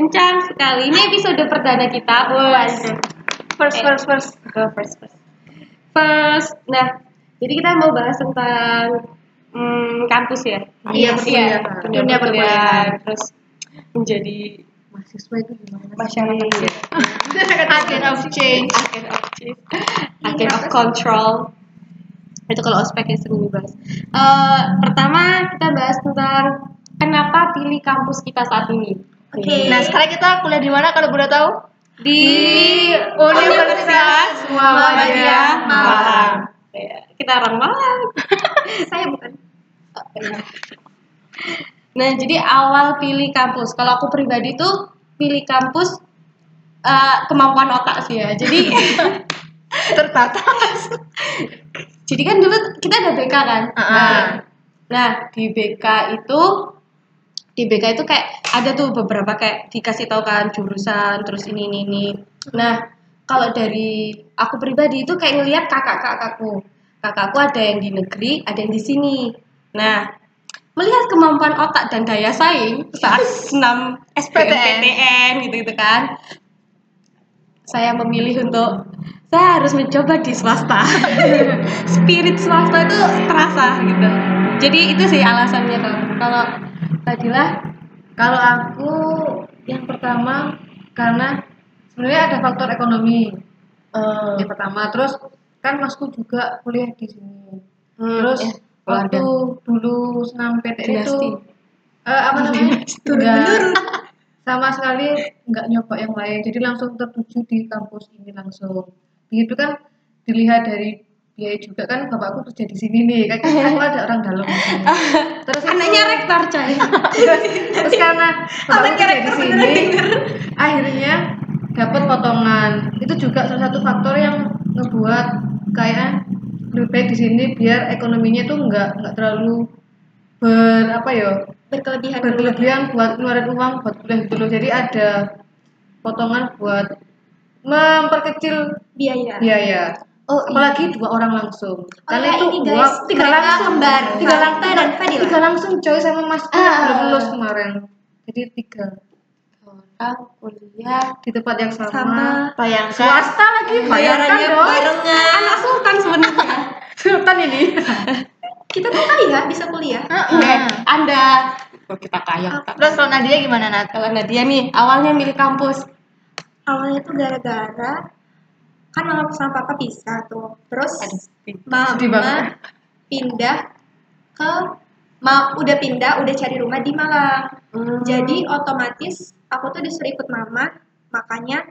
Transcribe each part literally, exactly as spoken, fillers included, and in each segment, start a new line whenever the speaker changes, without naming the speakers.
kencang sekali. Ini episode perdana kita. Waduh.
First, first, first.
Go first, first. First. Nah, jadi kita mau bahas tentang hmm, kampus ya.
Iya,
iya.
Dunia,
Dunia
perkuliahan.
Terus menjadi
Mahasiswa itu gimana?
masyarakat.
Agent of change.
Agent of change. Agent of control. Itu kalau ospeknya sering dibahas. Uh, pertama kita bahas tentang kenapa pilih kampus kita saat ini.
Oke. Okay. Nah, sekarang kita kuliah di mana kalau boleh tahu?
Di
Universitas Muhammadiyah Malang.
Ya, kita orang Malang.
Saya bukan.
Nah, jadi awal pilih kampus. Kalau aku pribadi tuh pilih kampus uh, kemampuan otak sih ya. Jadi
terbatas.
Jadi kan dulu kita ada B K kan.
Uh-uh.
Nah, nah di B K itu di B K itu kayak ada tuh beberapa kayak dikasih tahu kan jurusan terus ini ini ini. Nah, kalau dari aku pribadi itu kayak ngelihat kakak-kakakku. Kakakku ada yang di negeri, ada yang di sini. Nah, melihat kemampuan otak dan daya saing saat senam S B M P T N gitu-gitu kan. Saya memilih untuk saya harus mencoba di swasta. Spirit swasta itu terasa gitu. Jadi itu sih alasannya tuh. Kalau Fadila,
kalau aku yang pertama karena sebenarnya ada faktor ekonomi. Uh, yang pertama, terus kan masku juga kuliah di sini. Hmm, terus ya, waktu dulu senam P T N itu uh, apa namanya? Enggak sama sekali nggak nyoba yang lain. Jadi langsung tertuju di kampus ini langsung. Begitu kan dilihat dari biaya juga kan bapakku kerja di sini nih kan aku ada orang dalam
terus anaknya rektor coy.
Terus karena bapakku kerja di sini akhirnya dapat potongan. Itu juga salah satu faktor yang ngebuat kayak lebih baik di sini biar ekonominya tuh nggak nggak terlalu ber apa ya
berkelebihan
berkelebihan buat ngeluarin uang buat kuliah gitu loh. Jadi ada potongan buat memperkecil
biaya.
Biaya.
Oh,
apalagi
iya.
dua orang langsung.
Oh,
karena
ya,
itu
ini
dua
guys,
tiga langsung
kembar
tiga langsung
dan Fadila.
Tiga langsung coy sama Mas ah. belum lulus kemarin. Jadi tiga
orang kuliah
di tempat yang sama.
sama
bayangkan swasta lagi
bayarannya barengan. Anak sultan sebenarnya.
Sultan ini.
Kita tuh kaya bisa kuliah.
Uh-uh.
Okay. Anda oh, kita kaya.
Terus kalau Nadia gimana Nat?
Kalau Nadia nih awalnya milih kampus.
Awalnya tuh gara-gara kan mama sama papa pisah tuh. Terus
mama
pindah ke ma udah pindah udah cari rumah di Malang. Hmm. Jadi otomatis aku tuh disuruh ikut mama, makanya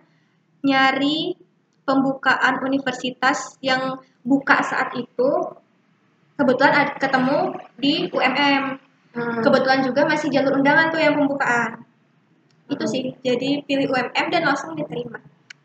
nyari pembukaan universitas yang buka saat itu. Kebetulan ada ketemu di U M M. Hmm. Kebetulan juga masih jalur undangan tuh yang pembukaan. Hmm. Itu sih. Jadi pilih U M M dan langsung diterima.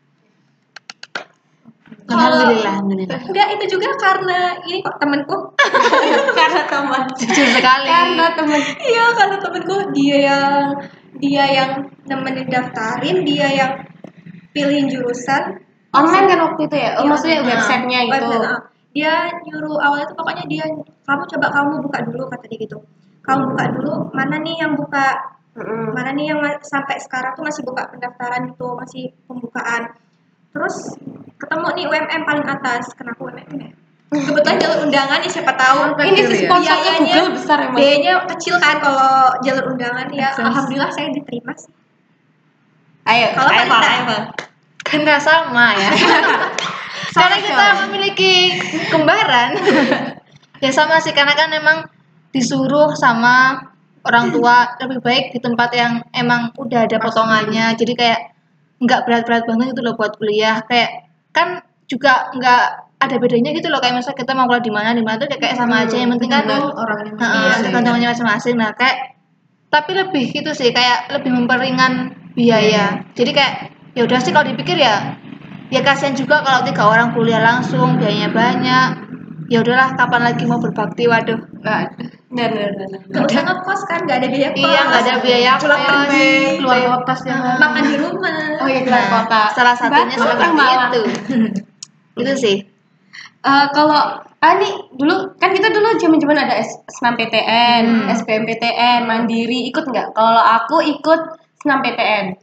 Alhamdulillah, alhamdulillah.
Enggak, itu juga karena ini kok temanku.
Karena teman.
Jujur sekali.
Karena teman. Iya, karena temanku dia yang dia yang nemenin daftarin, dia yang pilihin jurusan.
Online kan waktu itu ya? Oh,
ya,
maksudnya
nah,
websitenya itu.
Website, dia nyuruh awalnya tuh pokoknya dia kamu coba kamu buka dulu kata dia gitu. Kamu buka dulu mana nih yang buka mm-hmm. mana nih yang sampai sekarang tuh masih buka pendaftaran itu masih pembukaan. Terus ketemu nih U M M paling atas. Kenapa U M M ya? Kebetulan jalur undangan nih siapa tahu.
Ini sponsornya Google besar emang.
Biayanya kecil kan kalau jalur undangan ya. Yes. Alhamdulillah saya diterima sih.
Ayo,
kalau
ayo, ayo, ayo.
Karena sama ya. Soalnya kita memiliki kembaran. Ya sama sih karena kan emang disuruh sama orang tua lebih baik di tempat yang emang udah ada potongannya. Jadi kayak nggak berat-berat banget gitu loh buat kuliah. Kayak kan juga nggak ada bedanya gitu loh. Kayak misalnya kita mau kuliah di mana di mana tuh kayak sama aja. Yang penting kan
orangnya
tergantung masing-masing. Nah kayak tapi lebih gitu sih kayak lebih memperingan biaya. Jadi kayak ya udah sih kalau dipikir ya ya kasihan juga kalau tiga orang kuliah langsung biayanya banyak. Ya udahlah kapan lagi mau berbakti waduh nggak
nggak nggak usah ngekos kan nggak ada biaya kos
iya nggak ada biaya
pulang pergi
keluar kota sih
makan di rumah
oh iya keluar kota
salah satunya seperti itu itu sih
uh, kalau ah nih dulu kan kita dulu zaman-zaman ada senam P T N, hmm. S B M P T N, Mandiri ikut nggak? Kalau aku ikut senam P T N.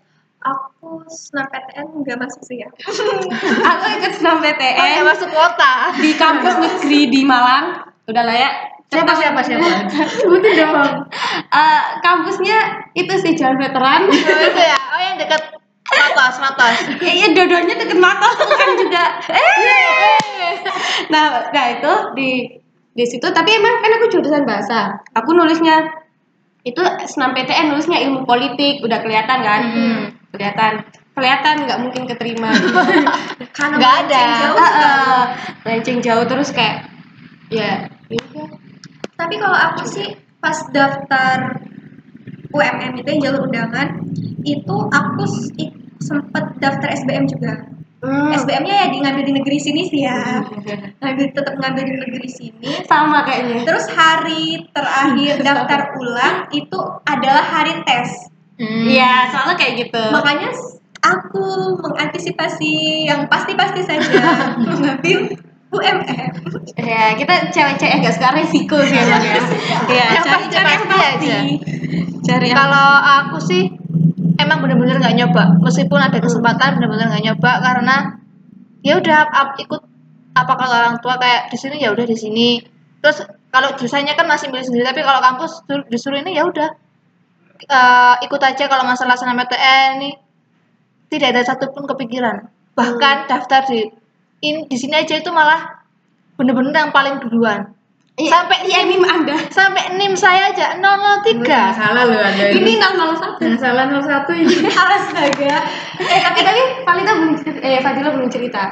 Aku senam P T N nggak masuk sih ya.
Aku ikut senam P T
Oh, ya
N
masuk kuota.
di kampus negeri di Malang. Udah lah ya.
Siapa siapa siapa? Sebutin dong.
Eh, kampusnya itu sih Jalan Veteran.
Oh, itu ya. Oh, yang dekat Matos, Matos.
Iya, dua-duanya deket mata kan juga. Eh. Nah, nah itu di di situ. Tapi emang kan aku jurusan bahasa. Aku nulisnya itu senam P T N, nulisnya ilmu politik. Udah kelihatan kan?
Hmm.
Kelihatan. Kelihatan nggak mungkin keterima.
Karena
Nggak ada.
melenceng jauh
Ah,
sekali.
ah, melenceng jauh terus kayak ya. Iya.
Tapi kalau aku sih pas daftar U M M itu yang jalur undangan, itu aku s- i- sempet daftar S B M juga.
Hmm.
S B M-nya ya di ngambil di negeri sini sih ya. Ngambil tetap ngambil di negeri sini.
Sama kayaknya.
Terus hari terakhir daftar ulang itu adalah hari tes.
Hmm.
Iya, soalnya kayak gitu.
Makanya s- aku mengantisipasi yang pasti-pasti saja mengambil U M M.
Ya, kita cewek-cewek agak suka resiko sih emang ya. Iya,
Yang
cari cari yang
pasti-pasti
pasti.
aja.
Cari yang
Kalau aku sih emang bener-bener nggak nyoba, meskipun ada kesempatan bener-bener nggak nyoba karena ya udah ap- ikut apa kata orang tua kayak di sini ya udah di sini. Terus kalau jurusannya kan masih milih sendiri, tapi kalau kampus sur- disuruh ini ya udah eh, ikut aja. Kalau masalah senam P T N ini tidak ada satupun kepikiran. Bahkan daftar di in, di sini aja itu malah bener-bener yang paling duluan. Sampai
iya,
nim
nim Anda.
sampai nim saya aja nol nol tiga.
Salah loh Anda
Ini
ini.
nol nol satu.
Jangan salah nol satu ini.
Astaga.
Eh, tapi tapi Falita belum cerita, eh Fadila belum cerita.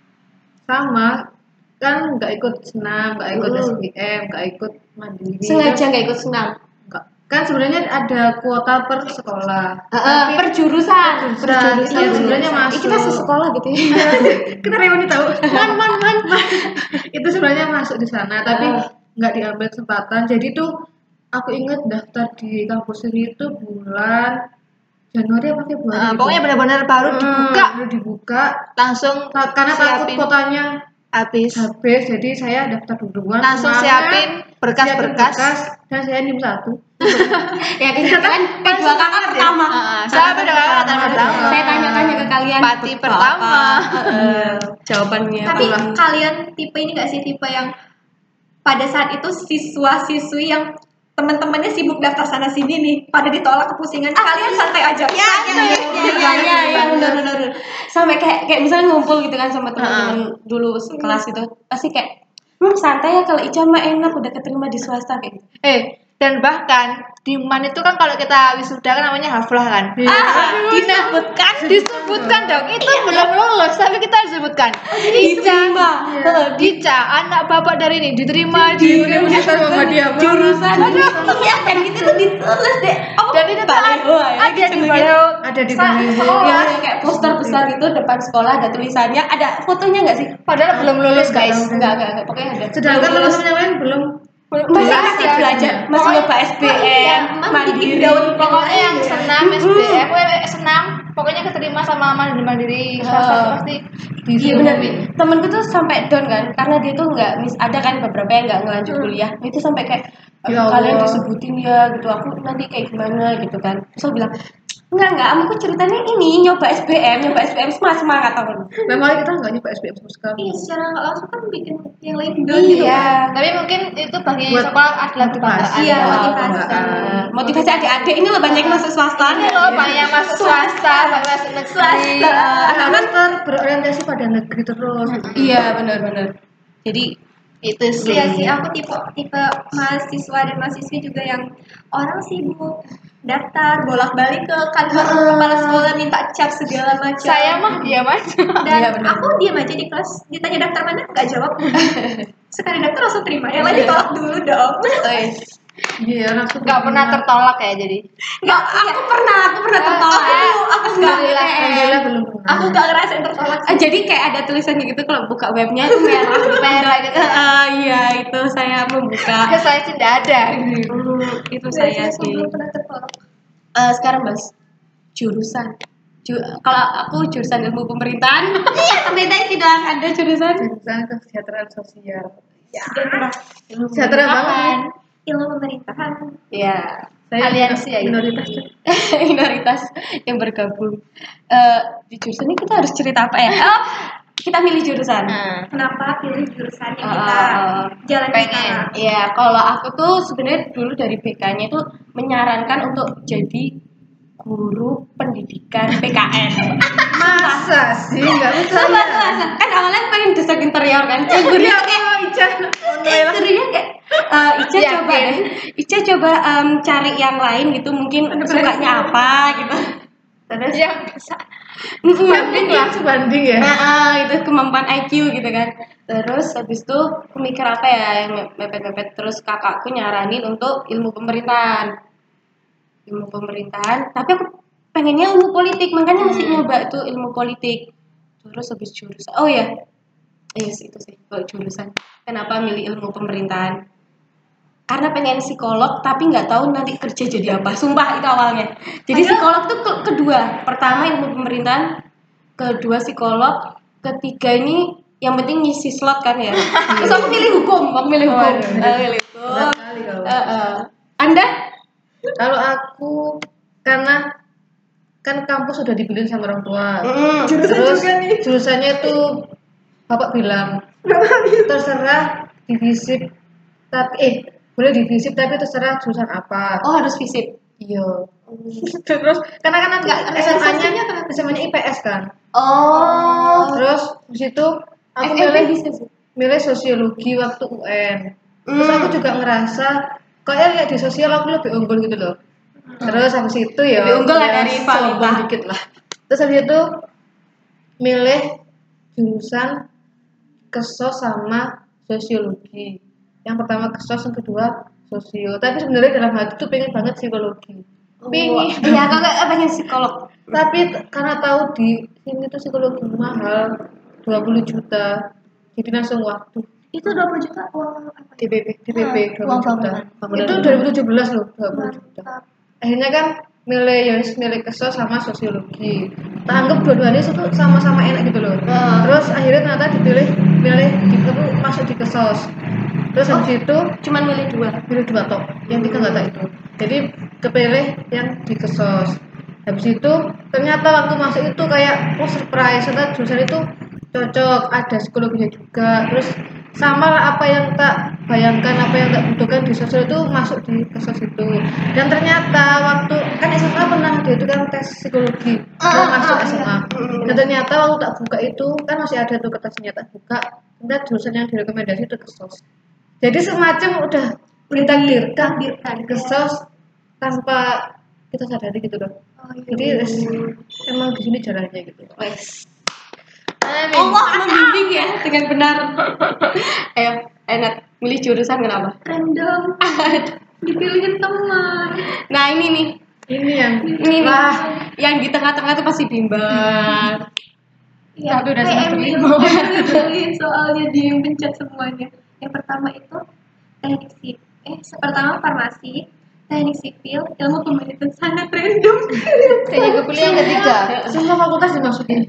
Sama kan nggak ikut senam, nggak ikut
Hmm.
S B M, nggak ikut mandiri.
Sengaja nggak ikut senam.
Nggak. Kan sebenarnya ada kuota per sekolah.
Heeh, per jurusan.
per jurusan. Iya, sebenarnya
Ih,
masuk.
kita sesekolah gitu ya.
Kita reuni tahu. Man man man man. Itu sebenarnya masuk di sana, tapi
Ah.
nggak diambil kesempatan. Jadi tuh aku ingat daftar di kampus ini itu bulan Januari apa Februari?
Eh,
gitu.
pokoknya benar-benar baru
Hmm.
dibuka
baru dibuka
langsung
Ta- karena takut
siapin
kuotanya
habis.
habis, jadi saya daftar duluan.
Langsung
semangat,
siapin berkas-berkas.
siapin berkas, dan saya nim satu.
Ya kan P dua K K pertama.
Heeh, saya P dua K K pertama.
Saya tanya-tanya ke kalian.
Pati
betul
pertama.
apa? Heeh, jawabannya.
Tapi
apa?
kalian tipe ini gak sih tipe yang pada saat itu siswa-siswi yang teman-temannya sibuk daftar sana sini nih, pada ditolak kepusingan, kalian santai aja.
Ya, ya, ya, ya, ya, ya, ya, benar, benar, benar. Sampai kayak kayak misalnya ngumpul gitu kan sama teman-teman dulu kelas itu, pasti kayak, hmm santai ya kalau Ica mah enak udah keterima di swasta kayak gitu.
Eh, dan bahkan di Man itu kan kalau kita wisuda kan namanya haflah kan.
Ah, disebutkan,
Disebutkan dong, itu belum lulus tapi kita disebutkan.
diterima.
Ica, Ica, anak bapak dari ini diterima di
Universitas Muhammadiyah.
Jurusan, iya kan gitu tuh ditulis deh. Oh,
dan itu tuh
baliho, ya,
ada
gitu
di
gitu.
baliho.
Ada di
Sa-
baliho.
sekolah.
Ya, yang kayak poster besar gitu depan sekolah ada tulisannya, ada fotonya nggak sih?
Padahal belum lulus guys.
Enggak, enggak, enggak, pokoknya ada.
Sedangkan
Belum lulus.
teman-teman yang lain belum.
Masih
Belajar.
masih belajar, masih nyoba S B
Oh iya,
M,
masih
mandiri.
bikin daun
Pokoknya yang
ya.
senam S B M, eh, senam, pokoknya keterima sama mandiri mandiri swasta
Oh.
tuh pasti
Iya benar.
disuruhin.
Temenku tuh sampai down kan, karena dia tuh nggak mis ada kan beberapa yang nggak ngelanjut kuliah. Itu sampai kayak
Ya
"Aduh, kalian
Allah.
disebutin ya gitu. Aku nanti kayak gimana gitu kan. Terus aku bilang enggak enggak, aku ceritanya ini nyoba S B M, nyoba S B M semangat semangat tahun.
Memang kita nggak nyoba S B M sama sekali.
Iya, secara nggak langsung kan bikin yang lain down gitu kan.
Iya.
Tapi mungkin itu bagi
Buat
sekolah adalah kebanggaan.
motivasi.
Iya,
ya.
motivasi.
Uh, motivasi adik-adik ini loh banyak yang masuk swasta.
Ini loh banyak yang masuk swasta, banyak masuk negeri.
Swasta.
Anak kan
Anak berorientasi pada negeri terus.
iya benar-benar. Jadi
Itu sih.
Iya sih, aku tipe tipe mahasiswa dan mahasiswi juga yang orang sibuk daftar bolak-balik ke kantor kepala sekolah minta cap segala macam.
Saya mah diam aja.
Dan
Iya, benar.
aku diam aja di kelas, ditanya daftar mana nggak jawab. Sekali daftar langsung terima, yang lain ditolak dulu dong.
guys,
Iya, langsung.
Gak pernah tertolak ya jadi.
Nggak,
aku pernah, aku pernah tertolak.
Aku, aku nggak,
Alhamdulillah belum pernah.
aku nggak ngerasain tertolak.
Ah, jadi kayak ada tulisannya gitu kalau buka webnya itu merah
Merah gitu.
Ah, iya itu saya membuka.
Ya saya sih tidak ada.
Hmm, itu
Saya
saya sih.
belum pernah tertolak.
Eh, sekarang mas jurusan. Ju- kalau aku jurusan ilmu pemerintahan, iya pemerintahan tidak ada jurusan.
Jurusan kesejahteraan sosial.
Sejahtera.
Sejahtera banget.
Ilmu pemerintahan.
Iya.
Saya
aliansi ya gitu.
minoritas.
minoritas yang bergabung. Eh, di jurusan ini kita harus cerita apa ya? Oh, kita milih jurusan.
Nah,
Kenapa pilih jurusan yang
Ah,
kita
ah, ah.
jalani
pengen.
sekarang?
Ya, kalau aku tuh sebenarnya dulu dari B K-nya tuh menyarankan untuk jadi guru pendidikan P K N.
Masa sih nggak
Sumpah,
percaya?
sumpah. Kan awalnya pengen desain interior kan. Eh, gurunya eh,
Ica.
eh, gurunya kayak eh, Ica
Yakin.
coba deh. Ica coba em, cari yang lain gitu, mungkin sukanya apa gitu. Terus
yang
Banding lah sebanding ya.
Nah, ah, itu kemampuan I Q gitu kan. Terus habis itu aku mikir apa ya yang me- mepet-mepet, terus kakakku nyaranin untuk ilmu pemerintahan. Ilmu pemerintahan, tapi aku pengennya ilmu politik, makanya masih nyoba tuh ilmu politik. Terus habis jurusan. Oh ya. Yes, itu sih kalau jurusan. Kenapa milih ilmu pemerintahan? Karena pengen psikolog tapi nggak tahu nanti kerja jadi apa. Sumpah itu awalnya. Jadi psikolog tuh ke- kedua. Pertama ilmu pemerintahan, kedua psikolog, ketiga ini yang penting ngisi slot kan ya. Terus aku milih hukum, aku milih hukum.
Waduh,
Eh, milih hukum.
Berat kali kau.
Eh, eh. Anda?
Kalau aku karena kan kampus sudah dipilih sama orang tua.
Mm.
Terus jurusannya itu bapak bilang terserah divisip tapi eh boleh divisip tapi terserah jurusan apa.
Oh harus visip.
Iya. Terus karena kan aku S M A-nya S M A-nya I P S kan.
Oh.
Terus di situ aku
F E B
milih
bisa sih.
milih sosiologi waktu U N. Terus
Hmm.
aku juga ngerasa kayaknya lihat di sosial aku lebih unggul gitu loh. Terus habis itu ya
Lebih unggul lah
ya
dari
sombong
Valita.
dikit lah. Terus habis itu milih jurusan kesos sama sosiologi. Yang pertama kesos, yang kedua sosio. Tapi sebenarnya dalam hati tuh pengen banget psikologi. Pengen.
Iya, aku gak pengen psikolog.
Tapi t- karena tahu di sini tuh psikologi mahal dua puluh juta. Jadi langsung waktu
Itu dua puluh juta uang apa?
D B B.
D P P dua
uang
puluh juta.
bangunan.
Itu dua ribu tujuh belas loh, dua puluh juta.
Mantap.
Akhirnya kan milih ya wis, milih kesos sama sosiologi. Tak anggap dua-duanya itu sama-sama enak gitu loh.
Heeh.
Terus akhirnya ternyata dipilih milih di aku masuk di kesos. Terus habis itu
Cuman milih dua.
pilih dua top, yang tiga nggak tahu itu. Jadi kepilih yang di kesos. Habis itu ternyata waktu masuk itu kayak oh surprise, ternyata jurusan itu cocok, ada psikologinya juga. Terus sama lah apa yang tak bayangkan, apa yang tak butuhkan di sosial itu masuk di kesos itu. Dan ternyata waktu kan S M A pernah ada itu kan tes psikologi mau masuk S M A. Dan ternyata waktu tak buka itu kan masih ada tuh kertasnya, tak buka. Ternyata jurusan yang direkomendasi itu kesos. Jadi semacam udah ditakdirkan
Takdirkan.
kesos tanpa kita sadari gitu loh.
Oh, iya.
Jadi wes, emang di sini jalannya gitu.
Wes.
Amin.
Allah membimbing ya dengan benar. Ayo, enak milih jurusan kenapa?
Random. Dipilihin teman.
Nah ini nih,
Ini yang
ini nih,
wah,
yang di tengah-tengah tuh pasti bimbang.
Iya,
Tapi udah
P M
semester
itu
lima.
dipilihin soalnya dipencet semuanya. Yang pertama itu teknik sipil, eh pertama farmasi, teknik sipil, ilmu pemerintahan sangat random.
Kayaknya gue pilih yang ketiga.
semua fakultas dimasukin.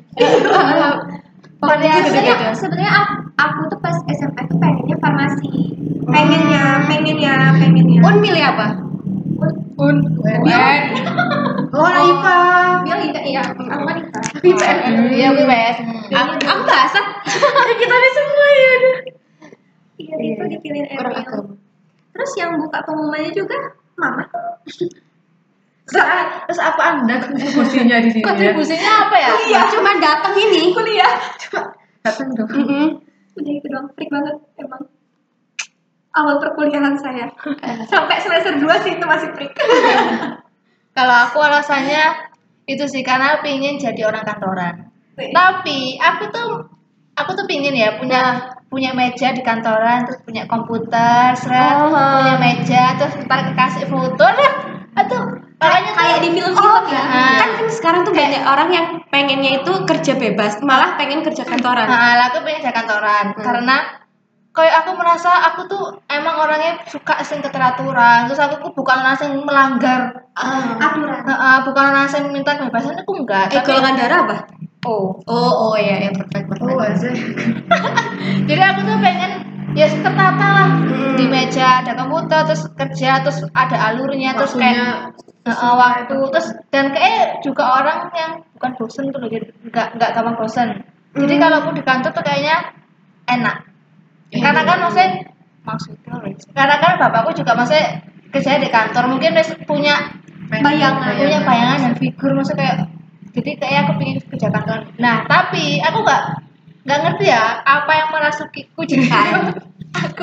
Pokoknya
Sebenarnya
beda-beda.
sebenarnya aku, aku tuh pas S M A tuh pengennya farmasi, pengennya, pengennya, pengennya.
Un milih apa?
Un,
Un.
Oh, anak I P A.
Dia tidak ya, aku kan kita.
Iya, gue wes.
Aku, aku bahasa.
Kita nih semua ya.
Iya itu dipilihin
Orang
Emil.
agama.
Terus yang buka pengumumannya juga mama.
Saat, terus apa anda kontribusinya di sini ya?
Kontribusinya apa ya?
Iya, cuma datang ini.
Kuliah.
Datang dong.
Mm-mm.
Udah itu dong, freak banget emang. Awal perkuliahan saya. Sampai semester dua sih itu masih freak.
Kalau aku alasannya itu sih karena pingin jadi orang kantoran. Tapi aku tuh aku tuh pingin ya punya punya meja di kantoran, terus punya komputer, seret,
Oh.
punya meja, terus ntar kasih foto dah. Aduh, makanya
Kayak di film-film ya.
Ah.
Kan kan sekarang tuh banyak orang yang pengennya itu kerja bebas, malah pengen kerja kantoran.
Nah, lah aku pengen jadi kantoran
Hmm.
karena kayak aku merasa aku tuh emang orangnya suka sing keteraturan, terus aku tuh bukan orang yang melanggar,
Aturan.
Heeh, bukan orang yang minta kebebasan aku enggak.
Eh, golongan darah apa?
oh,
Oh, oh ya, yang perfect, perfect.
Oh, aja.
jadi aku tuh pengen ya tertata lah
Hmm.
di meja ada komputer terus kerja terus ada alurnya terus kayak
Waktunya
uh, waktu terus dan kayak juga orang yang bukan bosen tuh loh, jadi nggak nggak gampang bosen. Jadi
Hmm.
kalau aku di kantor tuh kayaknya enak. Karena kan maksudnya maksudnya loh, karena kan bapakku juga maksudnya kerjanya di kantor mungkin wis punya
Bayangan.
punya bayangan dan figur maksudnya kayak jadi kayak aku pengen kerja kantor. Nah tapi aku nggak nggak ngerti ya apa yang merasukiku jika aku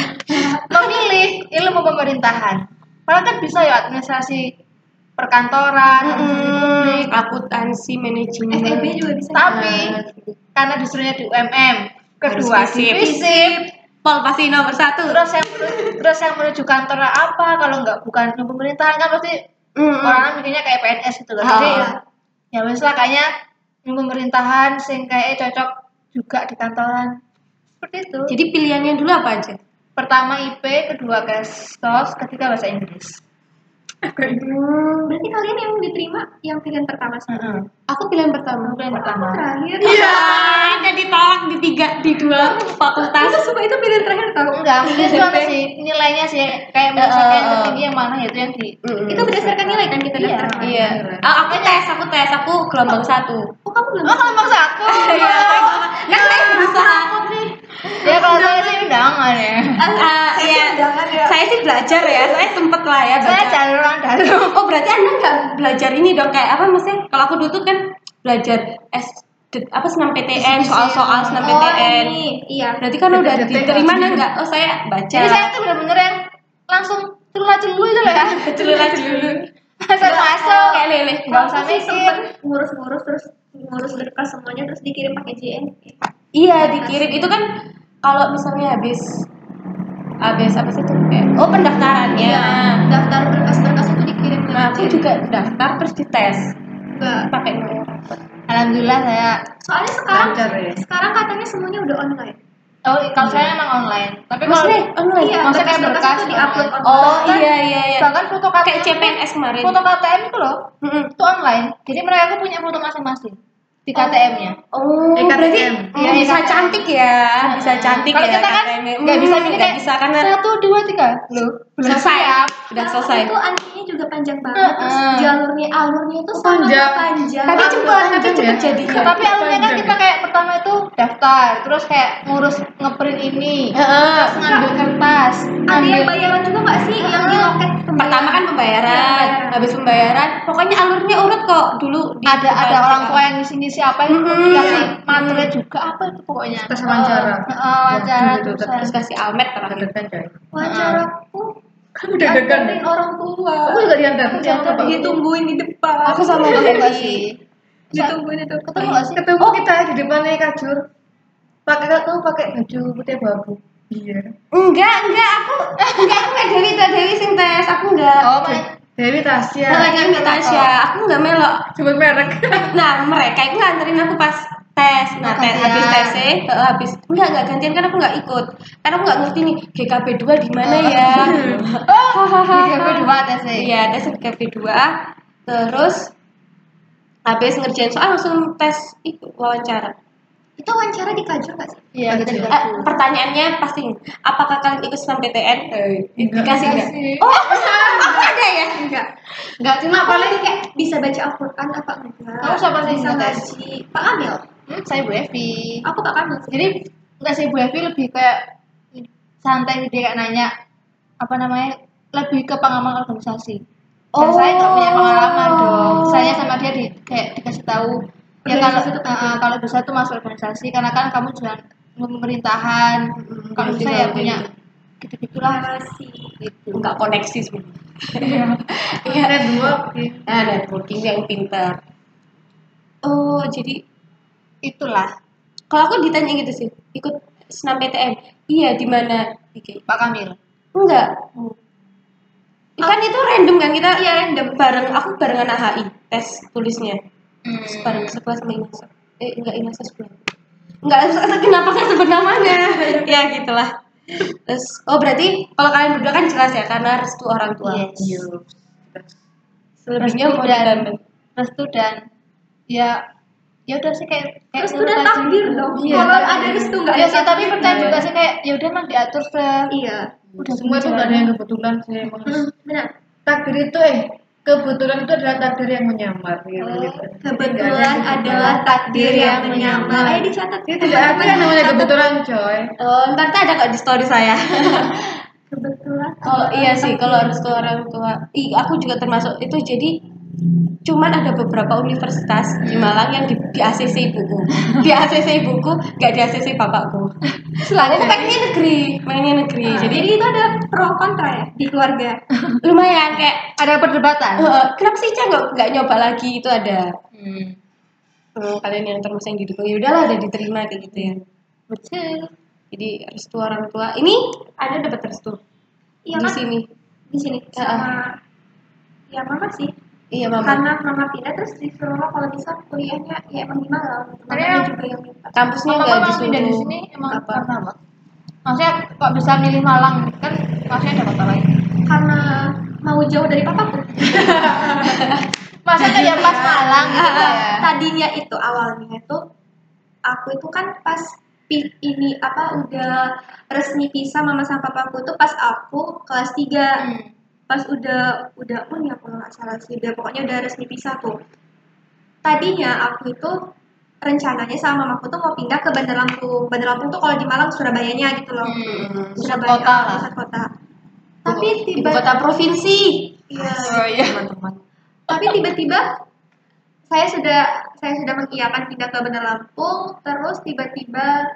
memilih ilmu pemerintahan. Padahal kan bisa ya administrasi perkantoran, administrasi publik,
Hmm, akuntansi manajemen.
F E B juga bisa.
tapi
Nah,
karena disuruhnya di U M M, kedua
Harus
di
FISIP.
FISIP,
Pol pasti nomor satu.
terus yang menuju, terus yang menuju kantor apa kalau nggak bukan ilmu pemerintahan kan pasti
Hmm.
orang mikirnya kayak P N S gitu loh.
Ah.
Jadi ya wes lah kayaknya ilmu pemerintahan sing kayak cocok juga di kantoran. Seperti itu.
Jadi pilihannya dulu apa aja?
Pertama I P, kedua Kestos, ketiga bahasa Inggris.
Hmm, berarti kalian yang diterima yang pilihan pertama sih.
Heeh.
Aku pilihan pertama.
Pilihan
Aku
pertama.
terakhir.
Iya, ada ditolak di tiga di dua fakultas.
Itu sumpah itu pilihan terakhir tau.
Enggak, mungkin itu anu sih nilainya sih kayak misalkan yang tertinggi yang mana ya itu yang di
Mm-mm.
Itu berdasarkan nilai kan kita
Iya.
daftar. kan?
Iya. Ah, aku tes, aku tes, aku gelombang satu.
Oh kamu belum.
Oh, kelompok satu.
Iya, kan saya berusaha.
Ya kalau saya sih undangan ya.
Ah, iya. Saya sih belajar ya, saya sempet lah ya
Saya
belajar.
jalur orang dalam.
Oh berarti anda nggak belajar ini dong kayak apa maksudnya? Kalau aku dulu tuh kan belajar S de- apa senam P T N, soal-soal senam P T
Oh
N.
ini, iya.
Berarti kan udah
Detek-detek
diterima
aja.
nah nggak? Oh saya baca.
Jadi saya tuh bener-bener yang langsung celula-celulu itu loh ya.
celula celulu.
Langsung masuk.
Kayak lele.
Nggak usah
Aku sih
mikir.
sempet ngurus-ngurus terus ngurus berkas semuanya terus dikirim pakai J N.
Iya dikirim itu kan kalau misalnya habis habis apa sih itu? Kayak- Oh pendaftarannya.
Iya. Daftar berkas-berkas itu dikirim ke
Nah aku
J N.
juga daftar terus dites
Enggak.
pakai nomor rapot.
Alhamdulillah saya.
Soalnya sekarang
Lancar ya?
sekarang katanya semuanya udah online.
Oh kalau saya emang online. Tapi kalau
Maksudnya online?
Iya,
maksudnya kayak
berkas-berkas
berkas
itu diupload
online.
online.
Oh
Bahkan-
iya iya iya.
Bahkan foto K T M
Kayak C P N S kemarin.
Foto K T M itu loh.
Mm-mm.
Itu online. Jadi mereka tuh punya foto masing-masing di K T M-nya.
Oh,
E K T M.
berarti
Iya,
bisa
E K T M.
cantik ya, bisa cantik
Kalau
ya.
kita kan
K T M-nya.
nggak bisa
Hmm,
pilih
nggak
kayak
bisa karena
satu dua tiga loh belum
selesai,
siap.
udah
Kalau
selesai.
Itu antrinya juga panjang banget terus
Heeh.
jalurnya alurnya itu
Oh,
sangat
panjang.
panjang.
Tapi cepet, tapi
panjang
cepet
ya.
jadinya.
Tapi alurnya kan
Panjang
kita
ya?
kayak pertama itu daftar, terus kayak ngurus ngeprint ini,
Heeh.
terus ngambil kertas,
Ada yang
ngambil
bayaran juga nggak sih yang di loket pembayaran?
Pertama kan pembayaran,
Iya, pembayaran.
habis pembayaran, pokoknya alurnya urut kok dulu. Di
ada ada orang tua yang ngisi-ngisi apa itu
Mm-mm.
dikasih materi juga apa itu pokoknya.
Tes wawancara.
Heeh, wawancara
Waduh, itu
terus.
terus kasih almet terakhir.
Deg-degan coy.
Wajaraku
Kamu deg-degan
diantarin
ya?
orang tua.
Aku juga diantar.
Aku diantar
Sama Pak.
Ditungguin di depan.
Aku sama
Ketemu
Dewi.
nggak sih?
Ditungguin itu.
Ketemu nggak sih?
Ketemu kita di depannya Kajur. Pakai kamu pakai baju putih abu-abu. Iya.
Enggak, enggak, aku enggak, aku enggak Dewi, tak Dewi sing tes, aku enggak.
Oh, my.
Dewi Tasya.
Enggak Dewi Tasya, aku enggak melok.
Sebut merek.
Nah, mereka itu nganterin aku pas tes. Nah,
Oh,
tes
gantian.
habis tes eh habis enggak enggak gantian kan aku enggak ikut. Karena aku enggak ngerti nih G K B dua di mana ya.
G K B dua tesnya.
Iya, tes G K B dua. Terus habis ngerjain soal langsung tes itu wawancara.
Itu wawancara di Kajur nggak sih?
Iya, kita
Eh,
dikasih.
pertanyaannya pasti apakah kalian ikut senam P T N? Eh, dikasih enggak?
Dikasih.
Oh, ada ya?
Enggak.
Enggak cuma
Aku
paling
lebih kayak bisa baca Al-Quran apa enggak?
Kamu siapa sih
Bisa
yang tes?
ngaji. Pak Kamil.
hmm, saya Bu Evi.
Aku Pak Kamil sih.
Jadi enggak sih Bu Evi lebih kayak santai dia kayak nanya apa namanya lebih ke pengalaman organisasi. Dan
Oh.
saya nggak punya pengalaman dong. Saya sama dia di, kayak dikasih tahu ya kalau
Organisasi itu penting.
uh, kalau bisa tuh masuk organisasi karena kan kamu jangan pemerintahan. Kalau bisa ya punya gitu-gitu lah.
Narasi.
Gitu.
Enggak koneksi sebenarnya. Iya,
Networking.
nah, networking yang pintar. Oh, jadi
Itulah
kalau aku ditanya gitu sih, ikut senam P T N. Iya, di mana? Di K-
Pak Kamil.
Enggak. Kan itu random kan kita
Iya, random.
bareng aku barengan A H I tes tulisnya.
Hmm.
Bareng sekelas sama Inasa. Eh, enggak Inasa sebelah. Enggak, kenapa saya sebut namanya? Ya, gitulah. Terus, oh berarti kalau kalian berdua kan jelas ya karena restu orang tua.
Yes.
Iya.
Selebihnya
Restu
mau
dan
ditambah.
restu dan ya ya udah sih kayak kayak
Terus
nurut
udah
aja
takdir
gitu.
dong.
Iya.
Kalau ada restu nggak
Iya
ada
sih, tapi
takdir.
percaya juga sih kayak ya udah emang diatur se
Iya.
udah
Semua itu nggak ada yang kebetulan sih emang.
Hmm, benar.
Takdir itu eh kebetulan itu adalah takdir yang menyamar gitu.
Oh,
gitu.
kebetulan adalah takdir yang menyamar. Ayo dicatat.
Itu tidak ada yang namanya kebetulan coy.
Oh, ntar tuh ada kok di story saya.
Kebetulan.
Kalau
adalah
iya sih,
takdir.
kalau restu orang tua, ih aku juga termasuk itu. Jadi cuman ada beberapa universitas di Malang yang di, di A C C ibuku, di A C C ibuku, gak di A C C bapakku. Aku pengennya negeri, pengennya negeri.
Jadi
Jadi
itu ada pro kontra ya di keluarga.
lumayan kayak,
ada perdebatan.
"Eh, kenapa sih Cah nggak nggak nyoba lagi?" Itu ada.
Hmm.
Hmm, kalian yang terus yang didukung, ya udahlah, udah diterima kayak gitu ya.
Betul.
Jadi restu orang tua ini ada dapat restu
Iya
di
kan?
sini.
Di sini sama ya mama sih.
Iya mama.
Karena mama pindah terus disuruh kalau bisa kuliahnya ya emang di Malang. Mamanya
Karena-
juga yang minta.
Kampusnya
Mama
nggak
emang
disuruh.
pindah di sini emang
apa.
karena apa? Maksudnya kok bisa milih Malang kan? Maksudnya ada kota lain.
Karena mau jauh dari papaku.
Masa kayak pas Malang gitu ya?
Tadinya itu awalnya itu aku itu kan pas pi- ini apa udah resmi pisah mama sama papaku tuh pas aku kelas tiga.
Hmm.
Pas udah udah pun ya kalau nggak salah sih udah pokoknya udah resmi pisah tuh. Tadinya aku itu rencananya sama mamaku tuh mau pindah ke Bandar Lampung. Bandar Lampung tuh kalau di Malang Surabayanya gitu loh.
Hmm.
Surabaya
Kota
ah,
lah.
pusat kota. Tapi
Ibu
tiba
kota provinsi.
iya.
Oh iya.
Teman-teman.
Tapi tiba-tiba saya sudah saya sudah mengiyakan pindah ke Bandar Lampung, terus tiba-tiba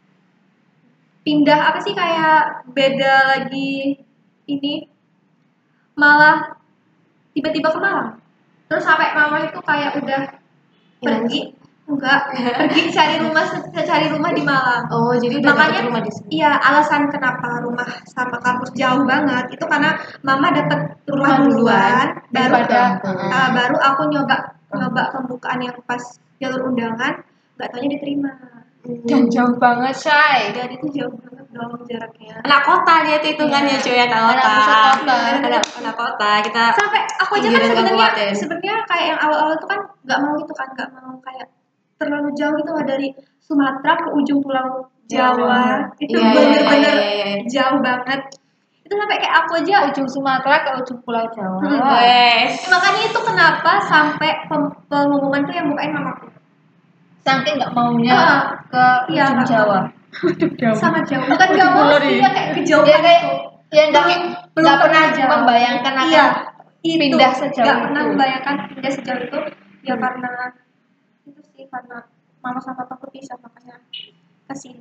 pindah apa sih kayak beda lagi ini malah tiba-tiba ke Malang. Terus sampai mama itu kayak udah pergi enggak pergi cari rumah cari rumah di Malang.
Oh, jadi udah
Makanya
dapat rumah di sini.
iya alasan kenapa rumah sama kampus jauh banget itu karena mama dapat rumah
Rumah
duluan, baru
daripada
uh, baru aku nyoba nyoba pembukaan yang pas jalur undangan, nggak taunya diterima.
Dan jauh banget, Shay.
Dan itu jauh banget dong jaraknya.
Anak kota dia tuh hitungannya
Iya.
cuy, anak
Anak
kota.
pusat kota.
Anak, anak kota kita.
Sampai aku aja kan
pinggiran
sebenarnya
kabupaten.
sebenarnya kayak yang awal-awal tuh kan nggak mau gitu kan nggak mau kayak terlalu jauh gitu lah dari Sumatera ke ujung pulau Jawa. Itu
Iya, iya,
bener-bener
iya, iya, iya.
jauh banget. Itu sampai kayak aku aja
Ujung Sumatera ke ujung Pulau Jawa.
Hmm.
Wes.
makanya itu kenapa sampai pem- pengumuman tuh yang bukain mamaku.
Saking nggak maunya
Ah,
ke
iya,
ujung
nggak
Jawa.
Sangat jauh. Bukan nggak mau
pulau
sih
nih.
ya kayak kejauhan
Ya kayak
gitu.
ya nggak
Belum
nggak pernah
jauh.
membayangkan akan
Iya, itu.
pindah sejauh
Nggak pernah
itu.
membayangkan pindah sejauh itu ya karena itu sih karena mama sama papaku pisah makanya ke sini.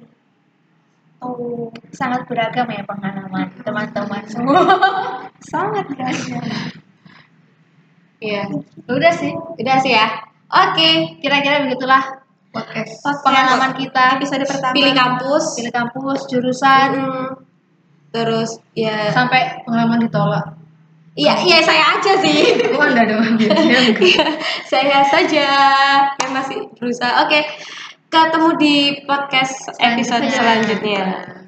Oh,
sangat beragam ya pengalaman teman-teman semua.
sangat beragam.
Iya.
Udah sih,
Udah sih ya. Oke.
kira-kira begitulah podcast
Podcast
pengalaman kita.
Episode pertama.
Pilih kampus.
Pilih kampus, jurusan,
Mm-mm. Terus ya.
sampai
Pengalaman ditolak.
Iya, iya saya aja sih.
Aku anda dong.
Iya, saya saja yang masih berusaha. Oke. Ketemu di podcast episode
Selanjutnya.
selanjutnya.